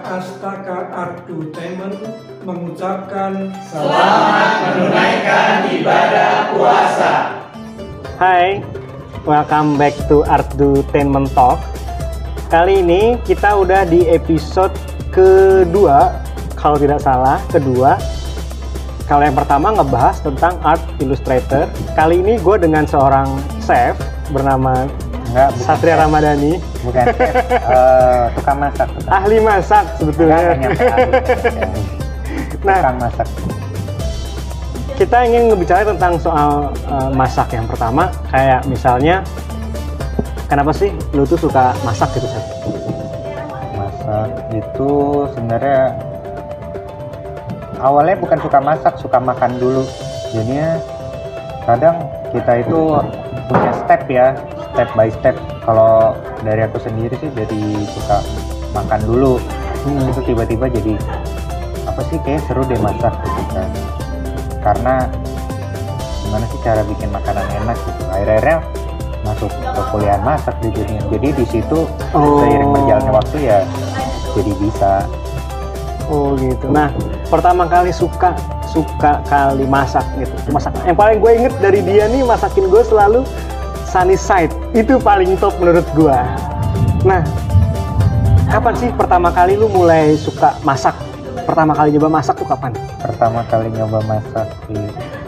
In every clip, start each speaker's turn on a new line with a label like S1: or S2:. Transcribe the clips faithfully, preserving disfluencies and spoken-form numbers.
S1: Astaka Artutainment mengucapkan
S2: selamat menunaikan ibadah puasa.
S3: Hai, welcome back to Artutainment Talk. Kali ini kita udah di episode kedua, kalau tidak salah, kedua. Kalau yang pertama ngebahas tentang art illustrator. Kali ini gue dengan seorang chef bernama
S4: Enggak, bukan
S3: Satria
S4: chef.
S3: Ramadhani.
S4: Bukan chef, uh, tukang masak. Tukang.
S3: Ahli masak sebetulnya.
S4: Enggak, nyampe ahli.
S3: Nah,
S4: Tukang masak.
S3: kita ingin ngebicara tentang soal uh, masak. Yang pertama, kayak misalnya, kenapa sih lu tuh suka masak gitu, Seth?
S4: Masak itu sebenarnya awalnya bukan suka masak, suka makan dulu. Jadinya kadang kita itu punya step ya, step by step. Kalau dari aku sendiri sih jadi suka makan dulu. Hmm. Itu tiba-tiba jadi apa sih, kayak seru deh masak gitu kan. Karena gimana sih cara bikin makanan enak gitu. Akhir-akhirnya masuk ke kuliah masak di jadinya. Jadi di situ
S3: Oh.
S4: seiring berjalannya waktu ya jadi bisa.
S3: Oh gitu. Nah, pertama kali suka suka kali masak gitu. Masak. Yang paling gue inget dari dia nih, masakin gue selalu sunny side. Itu paling top menurut gue. Nah, kapan sih pertama kali lu mulai suka masak? Pertama kali nyoba masak tuh kapan?
S4: Pertama kali nyoba masak sih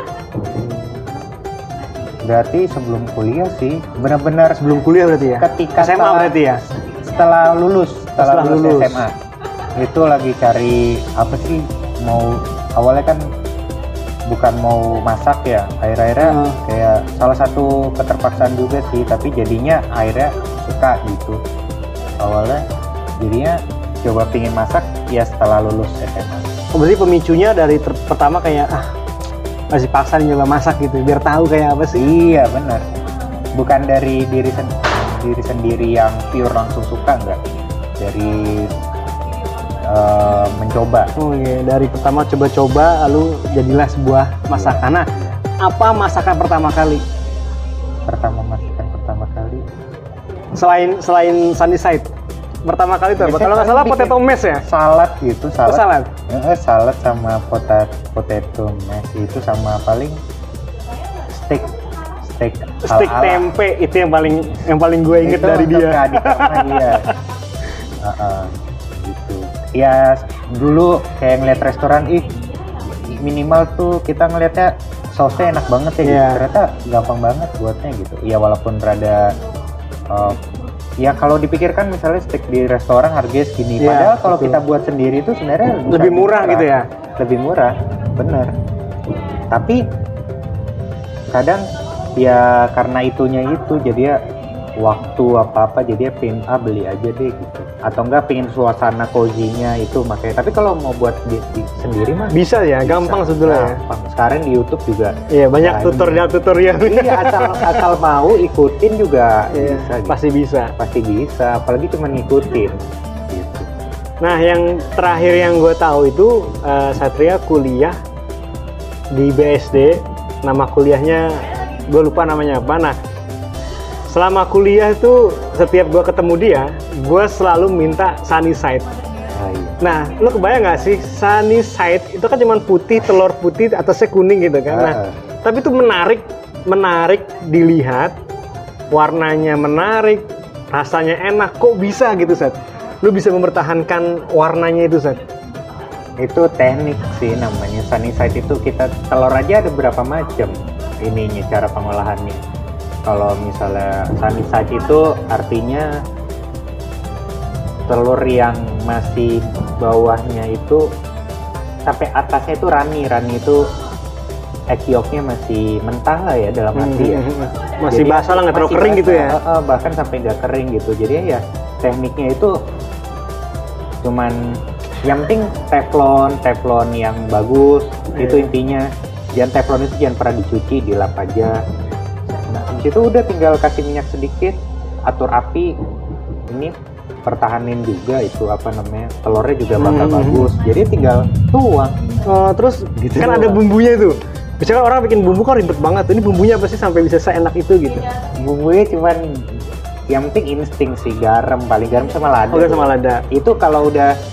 S4: berarti sebelum kuliah sih, benar-benar
S3: Sebelum kuliah berarti ya?
S4: ketika
S3: S M A
S4: setelah,
S3: berarti ya?
S4: setelah lulus setelah,
S3: Setelah
S4: lulus,
S3: lulus.
S4: S M A itu lagi cari apa sih, mau awalnya kan bukan mau masak ya, akhir-akhirnya
S3: Hmm.
S4: kayak salah satu keterpaksaan juga sih, tapi jadinya akhirnya suka gitu. Awalnya jadinya coba pingin masak ya setelah lulus S M A.
S3: Oh, berarti pemicunya dari ter- pertama kayak ah masih paksa nyoba masak gitu, biar tahu kayak apa sih?
S4: Iya benar, bukan dari diri sen- diri sendiri yang pure langsung suka, enggak, dari uh, mencoba.
S3: Oh iya, dari pertama coba-coba lalu jadilah sebuah masakan. Nah, apa masakan pertama kali?
S4: Pertama masakan pertama kali
S3: Selain selain sunny side. Pertama kali tuh,
S4: Biasanya
S3: kalau nggak
S4: paling
S3: salah
S4: bikin
S3: potato mash ya?
S4: salad gitu,
S3: Oh,
S4: salad.
S3: salad.
S4: Eh, salad sama potat potato mash itu, sama paling steak steak
S3: Steak
S4: ala-ala.
S3: tempe itu yang paling yang paling gue inget
S4: Itu
S3: dari
S4: untuk
S3: dia.
S4: adik kakak dia. Uh-uh, gitu. Ya dulu kayak ngeliat restoran, ih minimal tuh kita ngeliatnya sausnya enak banget ya, gitu.
S3: Iya.
S4: Ternyata gampang banget buatnya gitu. Ya walaupun rada uh, ya kalau dipikirkan misalnya steak di restoran harganya segini,
S3: Iya,
S4: padahal kalau
S3: betul.
S4: kita buat sendiri itu sebenarnya bisa
S3: Lebih murah gitu ya?
S4: Lebih murah, bener. Tapi kadang ya karena itunya itu jadi ya waktu apa-apa jadi ya pengen ah beli aja deh gitu, atau enggak pengen suasana cozy-nya itu makanya. Tapi kalau mau buat di, di, sendiri mah
S3: Bisa ya, gampang sebetulnya ya.
S4: gampang. Sekarang di YouTube juga
S3: Iya, banyak
S4: Banyak.
S3: tutorial-tutorial.
S4: iya, asal asal mau ikutin juga
S3: Iya,
S4: bisa gitu.
S3: pasti bisa.
S4: pasti bisa, apalagi cuma ngikutin gitu.
S3: Nah, yang terakhir yang gue tahu itu eh, Satria kuliah di B S D. Nama kuliahnya gue lupa namanya apa. Nah, selama kuliah itu setiap gue ketemu dia, gue selalu minta sunny side.
S4: Ah, iya.
S3: Nah, lo kebayang nggak sih, sunny side itu kan cuma putih, telur putih atasnya kuning gitu kan. Nah,
S4: Ah.
S3: tapi itu menarik, menarik dilihat, warnanya menarik, rasanya enak. Kok bisa gitu, Seth? Lo bisa mempertahankan warnanya itu, Seth?
S4: Itu teknik sih namanya. Sunny side itu kita telur aja ada berapa macam ininya, cara pengolahannya. Kalau misalnya sunny side itu artinya telur yang masih bawahnya itu sampai atasnya itu runny. Runny itu egg yolknya masih mentah lah ya, dalam arti ya.
S3: Masih
S4: Jadi
S3: basah lah, nggak terlalu
S4: masih
S3: kering gitu
S4: basah,
S3: ya?
S4: eh, eh, bahkan sampai nggak kering gitu. Jadi ya tekniknya itu cuman yang penting teflon, teflon yang bagus,
S3: Iya.
S4: itu intinya. Jangan teflon itu jangan pernah dicuci, dilap aja. Nah, di situ udah tinggal kasih minyak sedikit, atur api, ini pertahanin juga itu apa namanya, telurnya juga bakal
S3: Hmm.
S4: bagus. Jadi tinggal tuang.
S3: Oh, terus
S4: Gitu
S3: kan
S4: doang.
S3: ada bumbunya itu. Misalnya orang bikin bumbu kan ribet banget. Ini bumbunya apa sih sampai bisa seenak itu gitu?
S4: Bumbunya cuman yang penting insting sih, garam, paling garam sama lada.
S3: Oh, sama lada.
S4: Itu kalau udah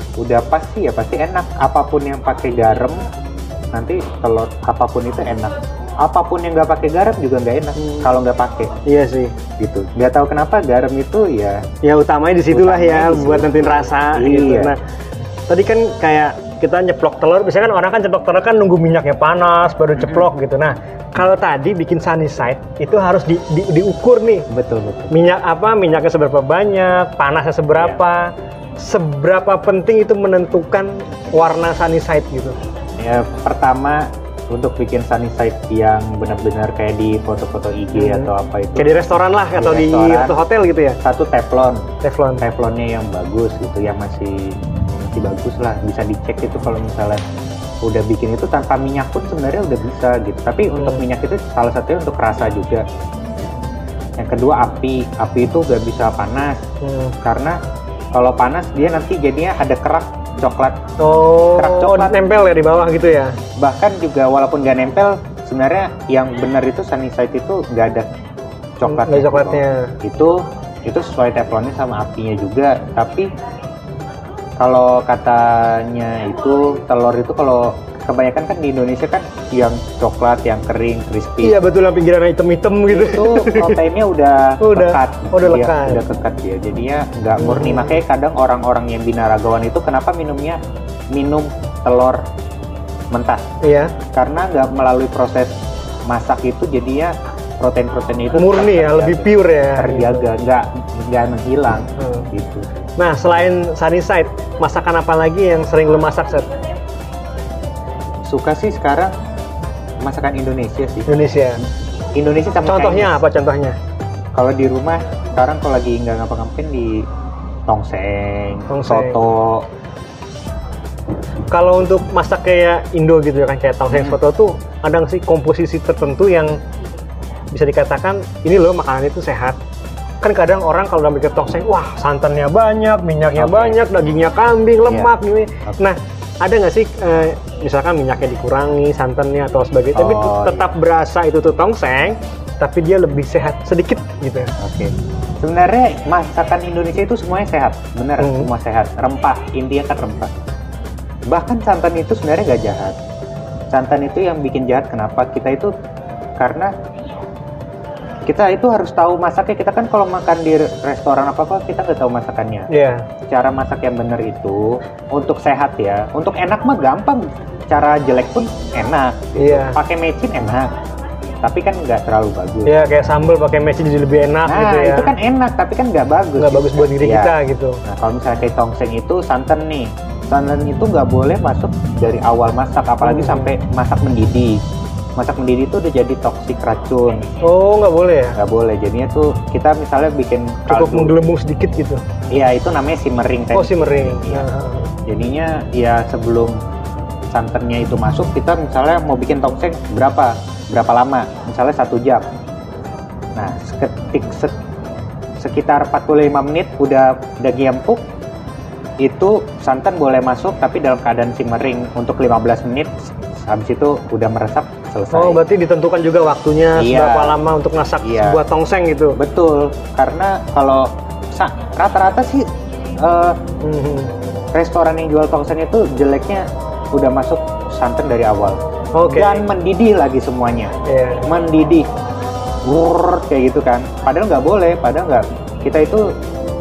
S4: udah pasti ya pasti enak. Apapun yang pakai garam nanti telur apapun itu enak. Apapun yang nggak pakai garam juga nggak enak
S3: Hmm.
S4: kalau nggak pakai
S3: Iya sih.
S4: gitu. Nggak tahu kenapa garam itu ya
S3: Ya utamanya di situlah ya
S4: Utamanya di
S3: buat
S4: situ.
S3: nentuin rasa
S4: Iya.
S3: gitu. Nah, tadi kan kayak kita nyeplok telur, biasanya kan orang kan ceplok telur kan nunggu minyaknya panas baru ceplok gitu. Nah, kalau tadi bikin sunny side itu harus di, di- diukur nih.
S4: betul betul.
S3: Minyak apa, minyaknya seberapa banyak, panasnya seberapa, seberapa penting itu menentukan warna sunny side gitu.
S4: Ya pertama untuk bikin sunny side yang benar-benar kayak di foto-foto I G
S3: Hmm.
S4: atau apa itu
S3: Kayak di restoran lah atau di
S4: restoran.
S3: atau hotel gitu ya.
S4: satu teflon
S3: Teflon.
S4: teflonnya yang bagus gitu, yang masih masih bagus lah, bisa dicek itu kalau misalnya udah bikin itu tanpa minyak pun sebenarnya udah bisa gitu. Tapi untuk
S3: Hmm.
S4: minyak itu salah satunya untuk rasa juga. Yang kedua api, api itu nggak bisa panas
S3: Hmm.
S4: karena kalau panas dia nanti jadinya ada kerak coklat.
S3: Oh,
S4: Kerak
S3: oh,
S4: coklat.
S3: nempel ya di bawah gitu ya.
S4: Bahkan juga walaupun nggak nempel, sebenarnya yang benar itu sunny side itu nggak ada coklat.
S3: Nggak coklatnya.
S4: Itu itu sesuai teflonnya sama apinya juga. Tapi kalau katanya itu telur itu kalau kebanyakan kan di Indonesia kan yang coklat, yang kering, crispy.
S3: Iya betul, yang pinggiran hitam-hitam gitu.
S4: Itu proteinnya udah
S3: Oh, udah.
S4: kekat.
S3: Oh, udah
S4: Iya,
S3: lekat.
S4: udah kekat ya. Jadinya nggak murni.
S3: Hmm.
S4: Makanya kadang orang-orang yang binaragawan itu kenapa minumnya minum telur mentah?
S3: Iya.
S4: Karena nggak melalui proses masak itu jadinya protein-proteinnya itu
S3: Murni
S4: tetap
S3: ya, lebih
S4: terjaga.
S3: pure ya.
S4: terjaga, nggak nggak menghilang
S3: Hmm.
S4: gitu.
S3: Nah, selain sunny side, masakan apa lagi yang sering lo masak, Set?
S4: Suka sih sekarang masakan Indonesia sih.
S3: Indonesia.
S4: Indonesia sama
S3: Contohnya
S4: Chinese.
S3: apa contohnya?
S4: Kalau di rumah sekarang kalau lagi nggak ngapa-ngapain di tongseng,
S3: Tongseng.
S4: soto.
S3: Kalau untuk masak kayak Indo gitu ya kan, kayak tongseng
S4: Hmm.
S3: soto tuh ada nggak sih komposisi tertentu yang bisa dikatakan ini loh makanan itu sehat? Kan kadang orang kalau udah bikin tongseng, wah santannya banyak, minyaknya
S4: Oke.
S3: banyak, dagingnya kambing, lemak gini.
S4: Oke.
S3: Nah, ada nggak sih eh, misalkan minyaknya dikurangi, santannya atau sebagainya, tapi
S4: Oh,
S3: tetap berasa itu tuh tongseng, tapi dia lebih sehat sedikit gitu ya.
S4: Oke. Sebenarnya masakan Indonesia itu semuanya sehat, benar,
S3: Hmm.
S4: semua sehat. Rempah, intinya kan rempah. Bahkan santan itu sebenarnya gak jahat. Santan itu yang bikin jahat kenapa? Kita itu karena kita itu harus tahu masaknya. Kita kan kalau makan di restoran apa-apa kita nggak tahu masakannya.
S3: Iya.
S4: Cara masak yang benar itu untuk sehat ya. Untuk enak mah gampang. Cara jelek pun enak. gitu.
S3: Iya.
S4: Pakai mecin enak. Tapi kan nggak terlalu bagus.
S3: Ya kayak sambal pakai mecin jadi lebih enak
S4: Nah,
S3: gitu ya.
S4: itu kan enak, tapi kan nggak bagus.
S3: nggak bagus buat diri
S4: Iya.
S3: kita gitu.
S4: Nah, kalau misalnya kayak tongseng itu santan nih. Santan itu nggak boleh masuk dari awal masak, apalagi
S3: Hmm.
S4: sampai masak mendidih. Masak mendidih itu udah jadi toksik racun.
S3: Oh, nggak boleh ya?
S4: Nggak boleh. Jadinya tuh kita misalnya bikin
S3: Cukup
S4: kaldu.
S3: menggelembung sedikit gitu.
S4: Iya, itu namanya simmering tadi.
S3: Oh, simmering.
S4: Iya.
S3: Nah,
S4: Jadinya ya sebelum santannya itu masuk, kita misalnya mau bikin tongseng berapa? Berapa lama? Misalnya satu jam. Nah, seketik se- sekitar empat puluh lima menit udah daging empuk, itu santan boleh masuk tapi dalam keadaan simmering untuk lima belas menit. Habis itu udah meresap, selesai.
S3: Oh, berarti ditentukan juga waktunya
S4: Iya.
S3: seberapa lama untuk masak
S4: Iya.
S3: sebuah tongseng gitu.
S4: Betul, karena kalau sa- rata-rata sih eh,
S3: Mhm.
S4: restoran yang jual tongseng itu jeleknya udah masuk santan dari awal.
S3: Oke.
S4: Dan mendidih lagi semuanya.
S3: Iya.
S4: Mendidih. Wurr, kayak gitu kan. Padahal nggak boleh, padahal nggak. Kita itu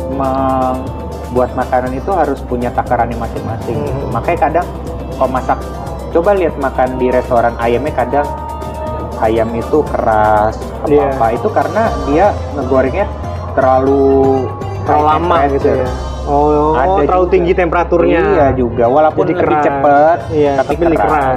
S4: membuat makanan itu harus punya takarannya masing-masing. gitu.
S3: Hmm.
S4: Makanya kadang kalau masak, coba lihat makan di restoran ayamnya kadang ayam itu keras
S3: Iya.
S4: apa-apa. Itu karena dia ngegorengnya terlalu
S3: Terlalu
S4: high
S3: lama gitu
S4: temperature.
S3: ya. Oh,
S4: Ada
S3: terlalu
S4: juga.
S3: tinggi temperaturnya.
S4: Iya juga, walaupun
S3: Jadi
S4: lebih
S3: keras.
S4: cepet,
S3: Iya,
S4: tapi,
S3: tapi lebih keras.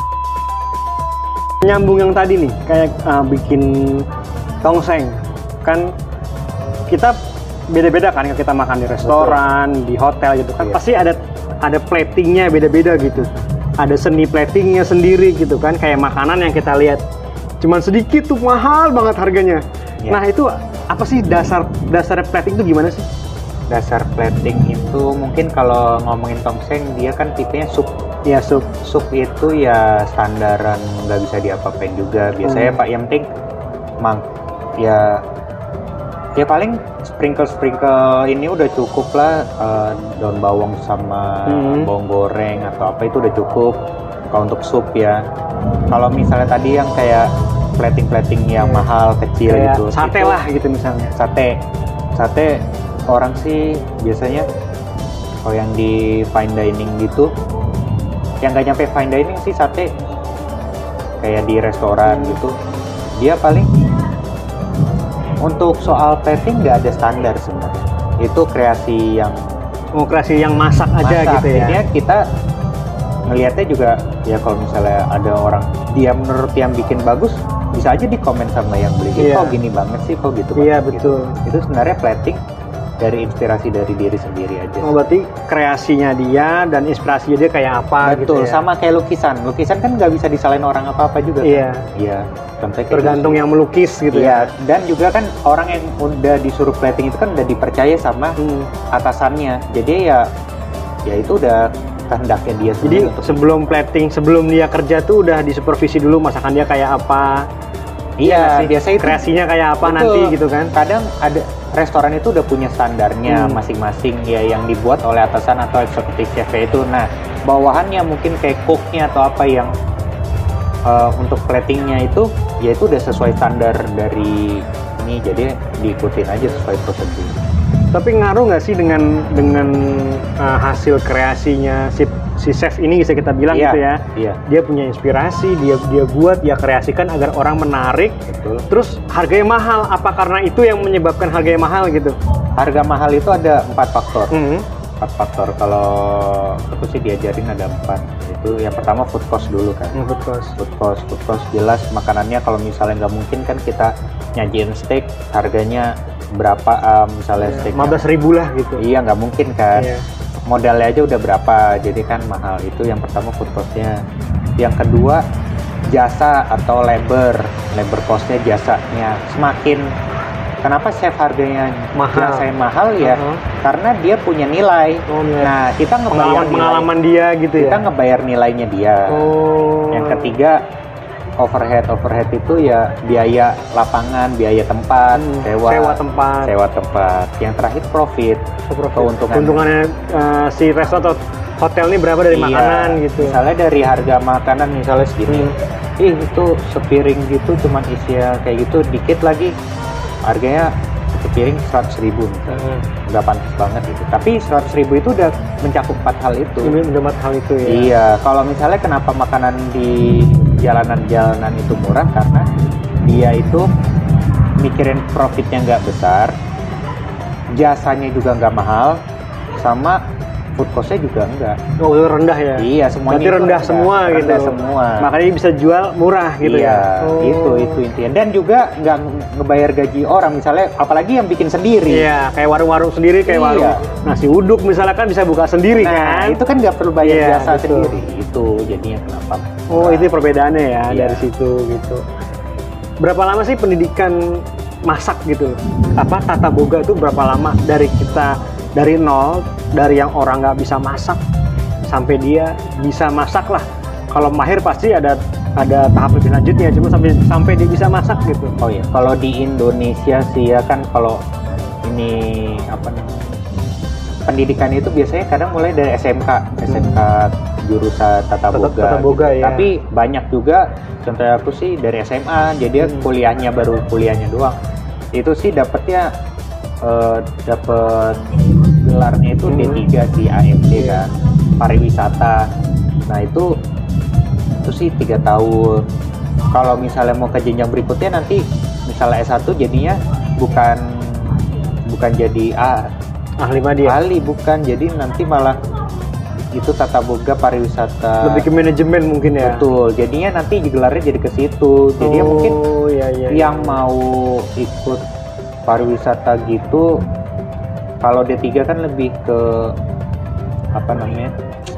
S3: Nyambung yang tadi nih, kayak uh, bikin tongseng. Kan kita beda-beda kan kalau kita makan di restoran, di hotel gitu kan.
S4: Iya.
S3: Pasti ada ada platingnya beda-beda gitu. Ada seni platingnya sendiri gitu kan, kayak makanan yang kita lihat cuman sedikit tuh mahal banget harganya.
S4: Iya.
S3: Nah, itu apa sih dasar dasar plating itu gimana sih?
S4: Dasar plating itu mungkin kalau ngomongin tongseng dia kan tipenya sup.
S3: Ya, sup.
S4: Sup itu ya standaran, nggak bisa diapa-apain juga. Biasanya
S3: Hmm.
S4: Pak yang penting mang ya Ya paling sprinkle-sprinkle ini udah cukup lah, uh, daun bawang sama
S3: Hmm.
S4: bawang goreng atau apa itu udah cukup kalau untuk sup ya. Kalau misalnya tadi yang kayak plating-plating yang mahal kecil
S3: Kayak
S4: gitu,
S3: sate
S4: itu-
S3: lah gitu misalnya.
S4: sate sate orang sih biasanya kalau yang di fine dining gitu, yang nggak nyampe fine dining sih sate kayak di restoran
S3: Hmm.
S4: gitu, dia paling untuk soal plating nggak ada standar sebenarnya, itu kreasi yang
S3: Mau kreasi yang masak aja
S4: masak.
S3: gitu ya.
S4: Jadinya kita ngelihatnya juga ya kalau misalnya ada orang dia menurut yang bikin bagus, bisa aja di komen sama yang beli.
S3: Iya.
S4: Kok gini banget sih, kok gitu
S3: Iya,
S4: banget
S3: betul.
S4: gitu. Itu sebenarnya plating dari inspirasi dari diri sendiri aja.
S3: Oh, berarti kreasinya dia dan inspirasinya dia kayak apa
S4: Betul,
S3: gitu ya.
S4: sama kayak lukisan. Lukisan kan nggak bisa disalahin orang apa-apa juga. kan?
S3: Iya.
S4: Iya. Contohnya kayak
S3: Tergantung
S4: gitu.
S3: yang melukis gitu
S4: Iya,
S3: ya.
S4: dan juga kan orang yang udah disuruh plating itu kan udah dipercaya sama
S3: Hmm.
S4: atasannya. Jadi ya ya itu udah kehendaknya dia
S3: Jadi
S4: sendiri untuk
S3: sebelum plating, sebelum dia kerja tuh udah disupervisi dulu masakan dia kayak apa.
S4: iya,
S3: sih?
S4: biasa itu
S3: Kreasinya kayak apa
S4: Betul.
S3: nanti gitu kan.
S4: kadang ada restoran itu udah punya standarnya
S3: Hmm.
S4: masing-masing ya yang dibuat oleh atasan atau executive chef itu. Nah, bawahannya mungkin kayak cooknya atau apa yang uh, untuk platingnya itu ya itu udah sesuai standar dari ini, jadi diikutin aja sesuai prosedur.
S3: Tapi ngaruh nggak sih dengan dengan uh, hasil kreasinya si si chef ini bisa kita bilang
S4: Iya,
S3: gitu ya?
S4: Iya,
S3: Dia punya inspirasi, dia dia buat, dia kreasikan agar orang menarik.
S4: betul.
S3: Terus harganya mahal, apa karena itu yang menyebabkan harganya mahal gitu?
S4: Harga mahal itu ada empat faktor.
S3: Hmm.
S4: Empat faktor kalau aku sih diajarin ada empat. Itu yang pertama food cost dulu kan.
S3: Food cost.
S4: Food cost, food cost jelas makanannya kalau misalnya nggak mungkin kan kita nyajiin steak harganya berapa, um, misalnya steaknya
S3: lima belas ribu lah gitu.
S4: iya nggak mungkin kan.
S3: Iya.
S4: Modalnya aja udah berapa, jadi kan mahal. Itu yang pertama food costnya. Yang kedua jasa atau labor, labor costnya, jasanya. Semakin kenapa chef harganya
S3: Mahal.
S4: saya mahal ya?
S3: Uh-huh.
S4: Karena dia punya nilai.
S3: Oh, nilai.
S4: Nah kita ngebayar
S3: Pengalaman
S4: nilai,
S3: pengalaman dia gitu
S4: kita
S3: ya.
S4: ngebayar nilainya dia.
S3: Oh.
S4: Yang ketiga overhead, overhead itu ya biaya lapangan, biaya tempat,
S3: Hmm,
S4: sewa,
S3: sewa tempat.
S4: sewa tempat. Yang terakhir profit, keuntungan.
S3: Keuntungannya uh, si resto atau hotel ini berapa dari
S4: Iya,
S3: makanan gitu.
S4: Misalnya dari harga makanan misalnya segini,
S3: Hmm.
S4: ih itu sepiring gitu cuman isinya kayak gitu, dikit lagi harganya sepiring seratus ribu misalnya.
S3: Hmm.
S4: Nggak pantas banget gitu. Tapi seratus ribu itu udah mencakup empat hal itu.
S3: Ini udah hal itu ya.
S4: Iya, kalau misalnya kenapa makanan di jalanan-jalanan itu murah, karena dia itu mikirin profitnya nggak besar, jasanya juga nggak mahal, sama food cost-nya juga enggak.
S3: Oh, itu rendah ya.
S4: Iya, semuanya
S3: Berarti
S4: itu
S3: rendah semua gitu.
S4: rendah semua.
S3: Makanya bisa jual murah gitu
S4: iya,
S3: ya. Oh.
S4: itu itu intinya. Dan juga nggak ngebayar gaji orang, misalnya apalagi yang bikin sendiri.
S3: Iya, kayak warung-warung sendiri, kayak
S4: Iya.
S3: warung nasi uduk misalnya kan bisa buka sendiri
S4: Nah,
S3: kan.
S4: itu kan nggak perlu bayar
S3: Iya,
S4: jasa
S3: betul.
S4: sendiri. Itu jadinya kenapa?
S3: Oh, itu perbedaannya ya
S4: Iya.
S3: dari situ gitu. Berapa lama sih pendidikan masak gitu loh? Apa tata boga itu berapa lama dari kita dari nol, dari yang orang nggak bisa masak sampai dia bisa masak lah. Kalau mahir pasti ada ada tahap lebih lanjutnya, cuma sampai sampai dia bisa masak gitu.
S4: Oh ya, kalau di Indonesia sih ya kan, kalau ini apa namanya, pendidikan itu biasanya kadang mulai dari S M K, S M K jurusan tata
S3: Tata-
S4: boga.
S3: tata boga,
S4: gitu.
S3: ya.
S4: Tapi banyak juga, contohnya aku sih dari S M A, jadi
S3: Hmm.
S4: kuliahnya baru kuliahnya doang. Itu sih dapetnya eh, dapet gelarnya itu
S3: Hmm.
S4: D tiga sih, A M D
S3: Iya.
S4: kan, pariwisata. Nah itu itu sih tiga tahun. Kalau misalnya mau ke jenjang berikutnya nanti misalnya S satu jadinya bukan bukan jadi ah,
S3: Ahli media.
S4: ahli, bukan, jadi nanti malah itu tata boga pariwisata.
S3: Lebih ke manajemen mungkin ya.
S4: Betul, jadinya nanti gelarnya jadi ke situ. Jadi ya
S3: Oh,
S4: mungkin
S3: iya, iya,
S4: yang
S3: iya.
S4: mau ikut pariwisata gitu, kalau D tiga kan lebih ke apa namanya,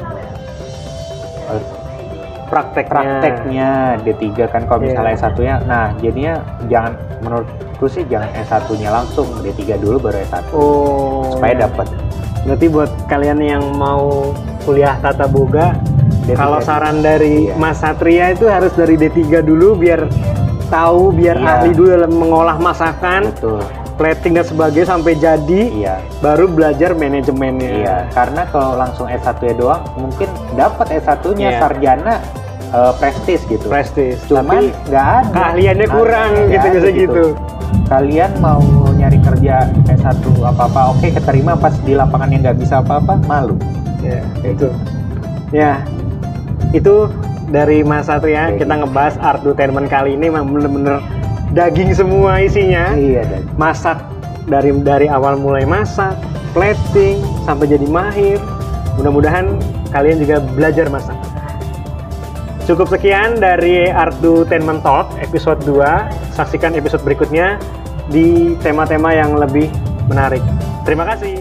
S4: eh,
S3: prakteknya.
S4: prakteknya. D tiga kan kalau
S3: Iya.
S4: misalnya S satu-nya, nah jadinya jangan, menurutku sih jangan S satu-nya langsung, D tiga dulu baru S satu
S3: Oh.
S4: supaya
S3: iya.
S4: dapat.
S3: Berarti buat kalian yang mau kuliah tata boga,
S4: D tiga.
S3: kalau saran dari
S4: Iya.
S3: Mas Satria itu harus dari D tiga dulu biar tahu, biar
S4: Iya.
S3: ahli dulu dalam mengolah masakan.
S4: Betul.
S3: plating dan sebagainya sampai jadi,
S4: Iya.
S3: baru belajar manajemennya.
S4: Iya, karena kalau langsung S satu ya doang, mungkin dapat S satunya
S3: Iya.
S4: sarjana uh, prestis gitu.
S3: Prestis,
S4: Cuman
S3: tapi
S4: nggak ada.
S3: keahliannya kurang
S4: Nggak
S3: gitu
S4: ada
S3: biasa gitu.
S4: Kalian mau nyari kerja S satu apa-apa, oke keterima, pas di lapangan yang nggak bisa apa-apa, malu.
S3: Ya, itu. Ya, itu dari Mas Satria.
S4: Kayak
S3: Kita
S4: gitu.
S3: ngebahas Artutainment kali ini memang bener-bener daging semua isinya.
S4: Iya, dan
S3: Masak dari dari awal mulai masak, plating sampai jadi mahir. Mudah-mudahan kalian juga belajar masak. Cukup sekian dari Artutainment Talk episode dua. Saksikan episode berikutnya di tema-tema yang lebih menarik. Terima kasih.